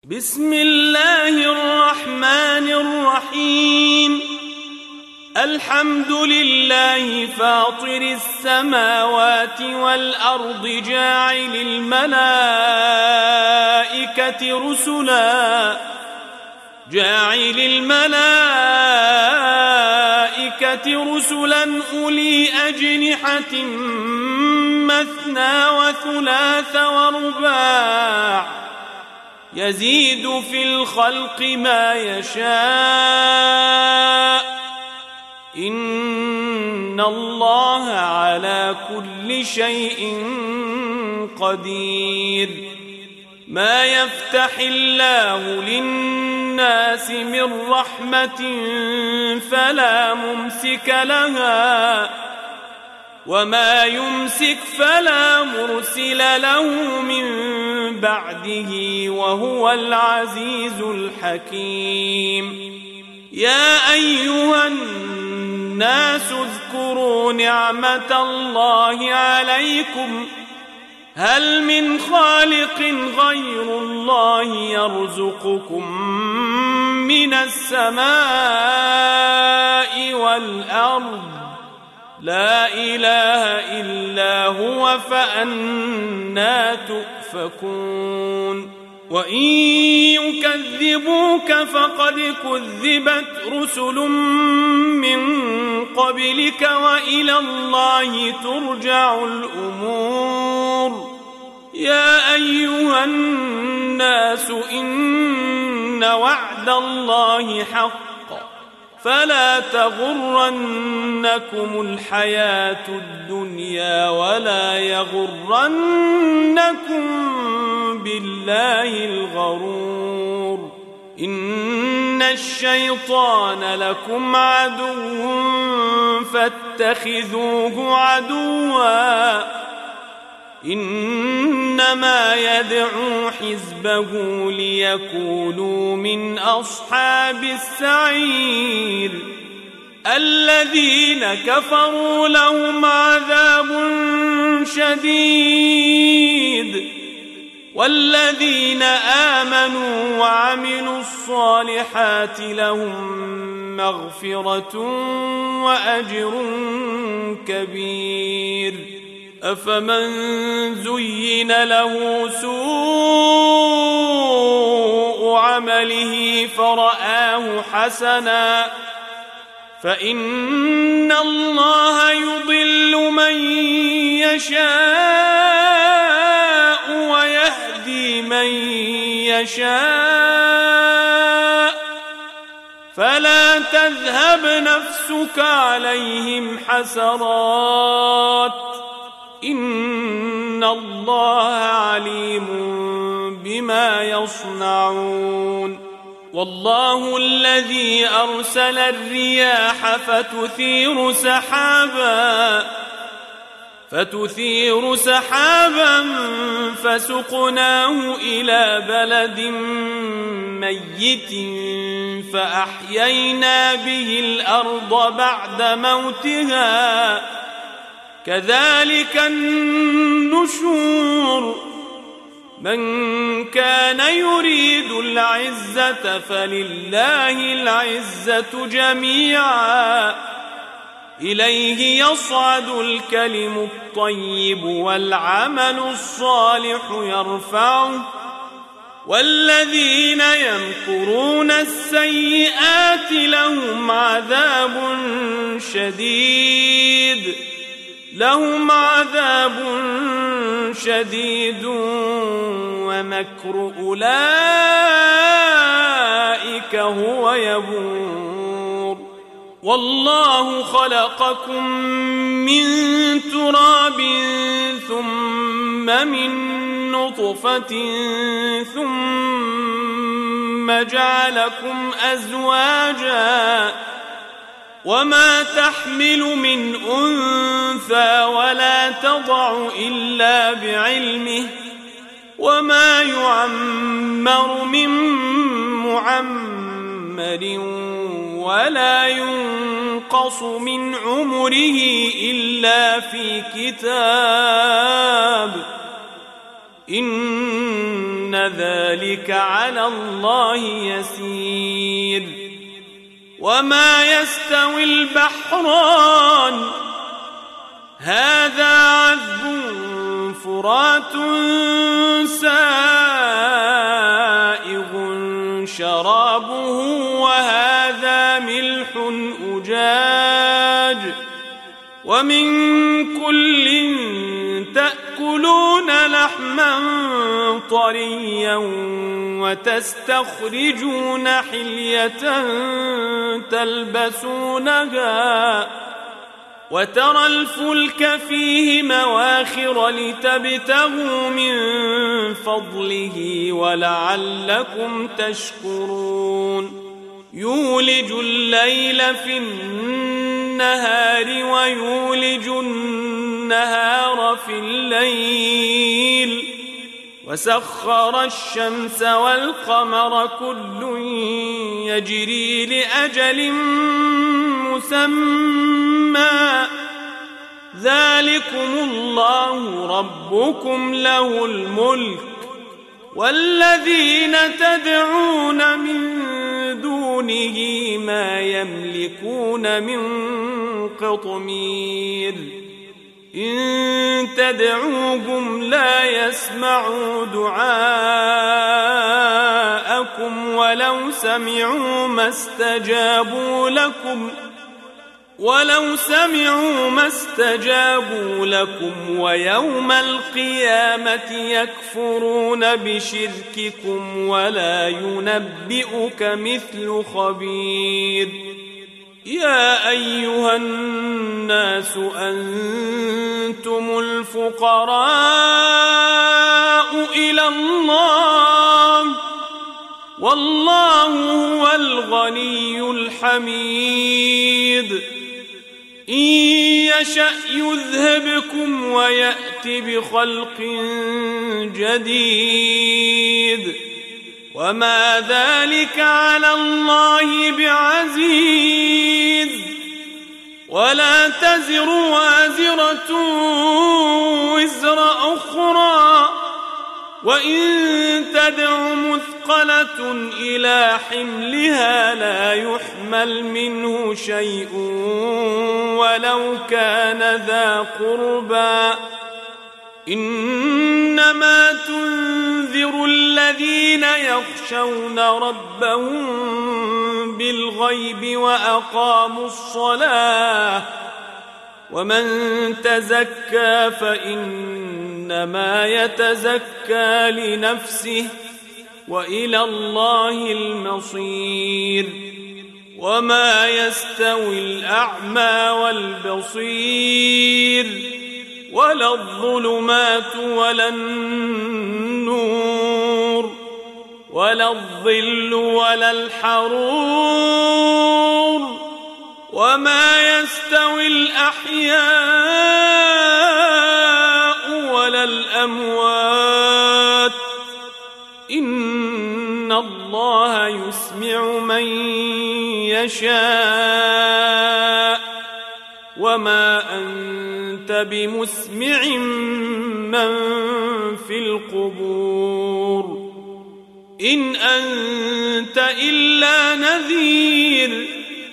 بسم الله الرحمن الرحيم. الحمد لله فاطر السماوات والأرض جاعل الملائكة رسلا أولي أجنحة مثنى وثلاث ورباع يزيد في الخلق ما يشاء إن الله على كل شيء قدير. ما يفتح الله للناس من رحمة فلا ممسك لها وما يمسك فلا مرسل له من بعده وهو العزيز الحكيم. يا أيها الناس اذكروا نعمة الله عليكم هل من خالق غير الله يرزقكم من السماء والأرض لا إله إلا هو فأنى تؤفكون. وإن يكذبوك فقد كذبت رسل من قبلك وإلى الله ترجع الأمور. يا أيها الناس إن وعد الله حق فلا تغرنكم الحياة الدنيا ولا يغرنكم بالله الغرور. إن الشيطان لكم عدو فاتخذوه عدوا إنما يدعو حزبه ليكونوا من أصحاب السعير. الذين كفروا لهم عذاب شديد والذين آمنوا وعملوا الصالحات لهم مغفرة وأجر كبير. أفمن زين له سوء عمله فرآه حسنا فإن الله يضل من يشاء ويهدي من يشاء فلا تذهب نفسك عليهم حسرات إن الله عليم بما يصنعون. والله الذي أرسل الرياح فتثير سحابا فسقناه إلى بلد ميت فأحيينا به الأرض بعد موتها كذلك النشور. من كان يريد العزة فلله العزة جميعا إليه يصعد الكلم الطيب والعمل الصالح يرفعه والذين يمكرون السيئات لهم عذاب شديد ومكر أولئك هو يبور. والله خلقكم من تراب ثم من نطفة ثم جعلكم أزواجا وما تحمل من أنثى ولا تضع إلا بعلمه وما يعمر من معمر ولا ينقص من عمره إلا في كتاب إن إن ذلك على الله يسير. وما يستوي البحران هذا عذب فرات سائغ شرابه وهذا ملح أجاج ومن كل تأكلون لحما طريا وتستخرجون حلية تلبسونها وترى الفلك فيه مواخر لتبتغوا من فضله ولعلكم تشكرون. يولج الليل في النهار ويولج النهار في الليل وسخر الشمس والقمر كل يجري لأجل مسمى ذلكم الله ربكم له الملك والذين تدعون من دونه ما يملكون من قطمير إن تدعوهم لا يسمعوا دعاءكم ولو سمعوا ما استجابوا لكم ويوم القيامة يكفرون بشرككم ولا ينبئك مثل خبير. يا أيها الناس أنتم الفقراء إلى الله والله هو الغني الحميد. إن يشأ يذهبكم ويأت بخلق جديد وما ذلك على الله بعزيز. ولا تزر وازرة وزر أخرى وإن تدع مثقلة إلى حملها لا يحمل منه شيء ولو كان ذا قربى إنما تنذر الذين يخشون ربهم بالغيب وأقاموا الصلاة ومن تزكى فإنما يتزكى لنفسه وإلى الله المصير. وما يستوي الأعمى والبصير ولا الظلمات ولا النور ولا الظل ولا الحرور وما يستوي الأحياء ولا الأموات إن الله يسمع من يشاء وما أنت بمسمع من في القبور إن أنت إلا نذير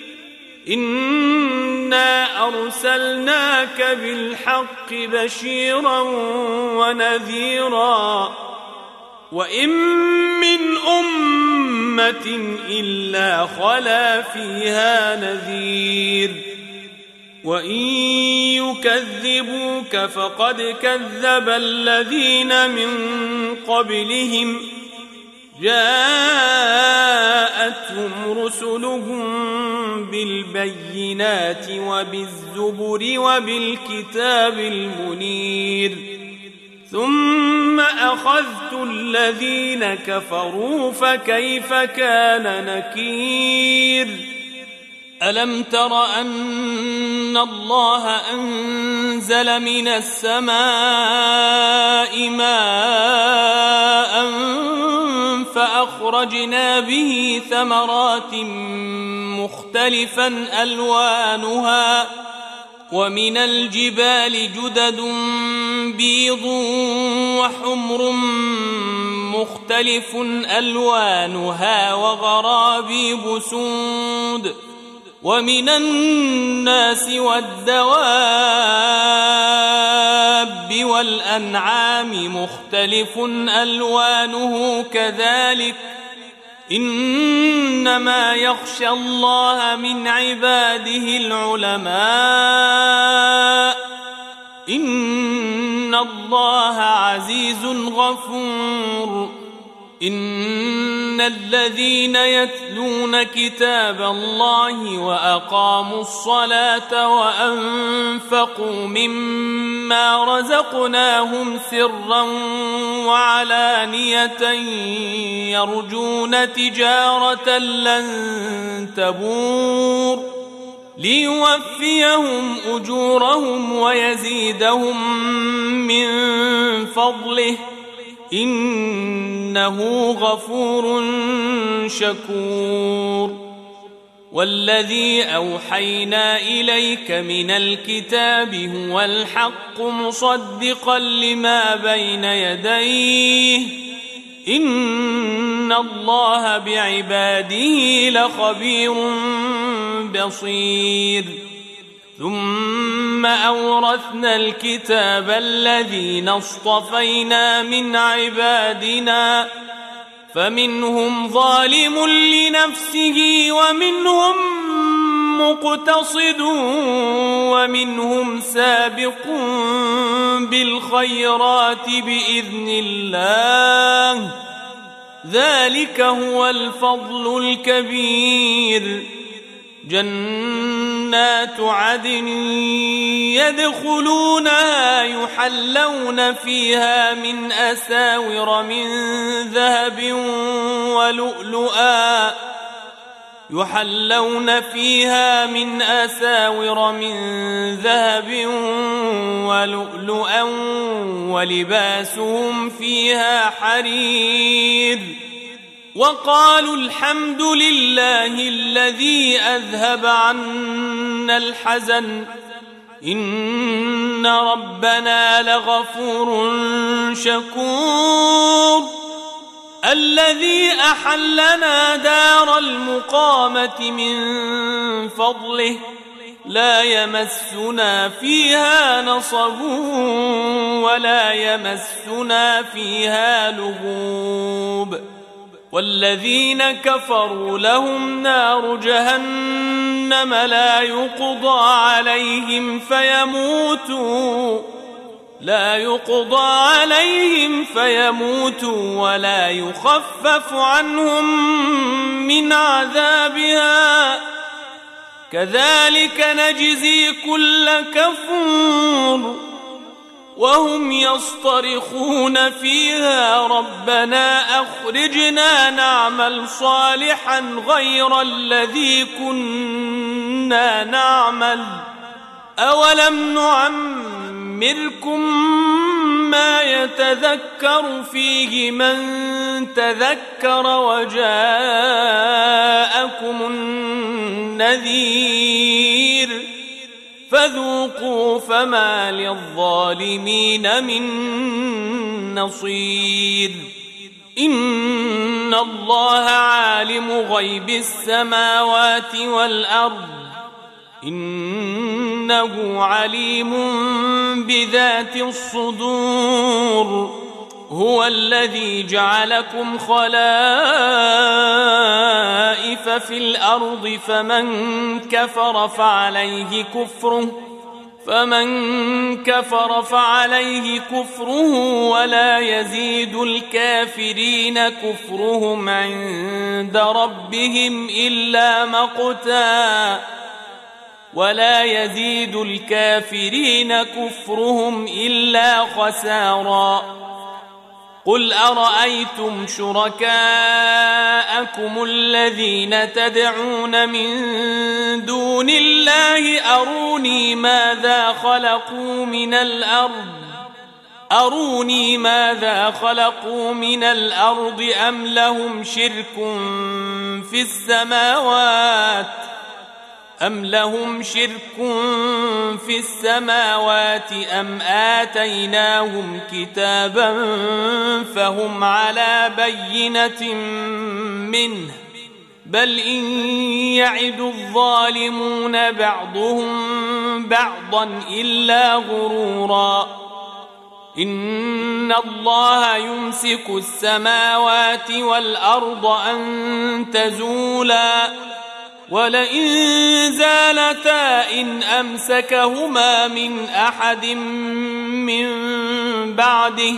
إنا أرسلناك بالحق بشيرا ونذيرا وإن من أمة إلا خلا فيها نذير وإن يكذبوك فقد كذب الذين من قبلهم جاءتهم رسلهم بالبينات وبالزبر وبالكتاب المنير ثم أخذت الذين كفروا فكيف كان نكير. ألم تر أن الله أنزل من السماء ماء فأخرجنا به ثمرات مختلفا ألوانها ومن الجبال جدد بيض وحمر مختلف ألوانها وغرابيب سود ومن الناس والدواب والأنعام مختلف ألوانه كذلك إنما يخشى الله من عباده العلماء إن الله عزيز غفور إن الذين يتلون كتاب الله وأقاموا الصلاة وأنفقوا مما رزقناهم سرا وعلانية يرجون تجارة لن تبور ليوفيهم أجورهم ويزيدهم من فضله إنه غفور شكور والذي أوحينا إليك من الكتاب هو الحق مصدقا لما بين يديه إن الله بعباده لخبير بصير ثم أورثنا الكتاب الذين اصطفينا من عبادنا فمنهم ظالم لنفسه ومنهم مقتصد ومنهم سابق بالخيرات بإذن الله ذلك هو الفضل الكبير جنات عدن يدخلونها يحلون فيها من أساور من ذهب ولؤلؤا ولباسهم فيها حرير وقالوا الحمد لله الذي أذهب عنا الحزن إن ربنا لغفور شكور الذي أحلنا دار المقامة من فضله لا يمسنا فيها نصب ولا يمسنا فيها لغوب والذين كفروا لهم نار جهنم لا يقضى عليهم فيموتوا ولا يخفف عنهم من عذابها كذلك نجزي كل كفور وهم يصطرخون فيها ربنا أخرجنا نعمل صالحا غير الذي كنا نعمل أولم نعمركم ما يتذكر فيه من تذكر وجاءكم النذير فذوقوا فما للظالمين من نصير إن الله عالم غيب السماوات والأرض إنه عليم بذات الصدور هو الذي جعلكم خلائف في الأرض فمن كفر فعليه كفره ولا يزيد الكافرين كفرهم عند ربهم إلا مقتا ولا يزيد الكافرين كفرهم إلا خسارا قل أرأيتم شركاءكم الذين تدعون من دون الله أروني ماذا خلقوا من الأرض أم لهم شرك في السماوات أم لهم شرك في السماوات أم آتيناهم كتابا فهم على بينة منه بل إن يعد الظالمون بعضهم بعضا إلا غرورا إن الله يمسك السماوات والأرض أن تزولا ولئن زالتا إن أمسكهما من أحد من بعده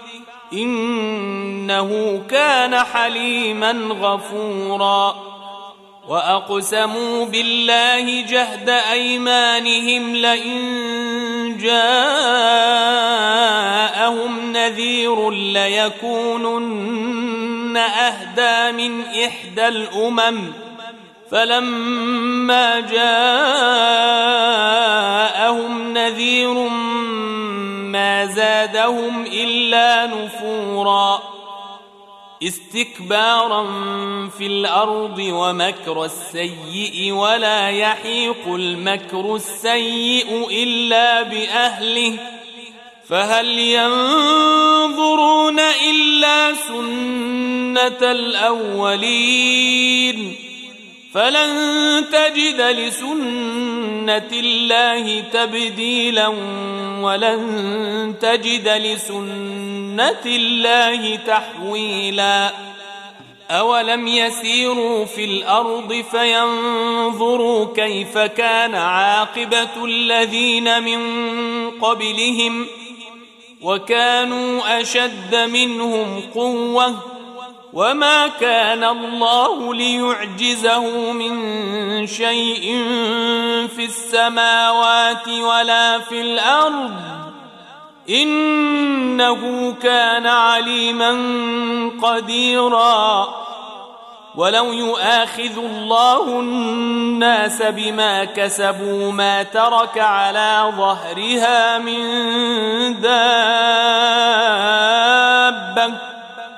إنه كان حليما غفورا وأقسموا بالله جهد أيمانهم لئن جاءهم نذير ليكونن أهدى من إحدى الأمم فلما جاءهم نذير ما زادهم إلا نفورا استكبارا في الأرض ومكر السيء ولا يحيق المكر السيء إلا بأهله فهل ينظرون إلا سنة الأولين فلن تجد لسنة الله تبديلا ولن تجد لسنة الله تحويلا أولم يسيروا في الأرض فينظروا كيف كان عاقبة الذين من قبلهم وكانوا أشد منهم قوة وما كان الله ليعجزه من شيء في السماوات ولا في الأرض إنه كان عليما قديرا ولو يؤاخذ الله الناس بما كسبوا ما ترك على ظهرها من دابة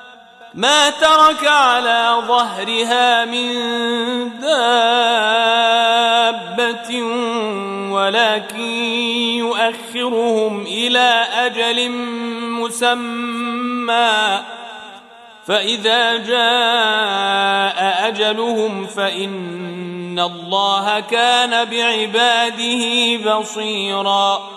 ولكن يؤخرهم إلى أجل مسمى فإذا جاء أجلهم فإن الله كان بعباده بصيرا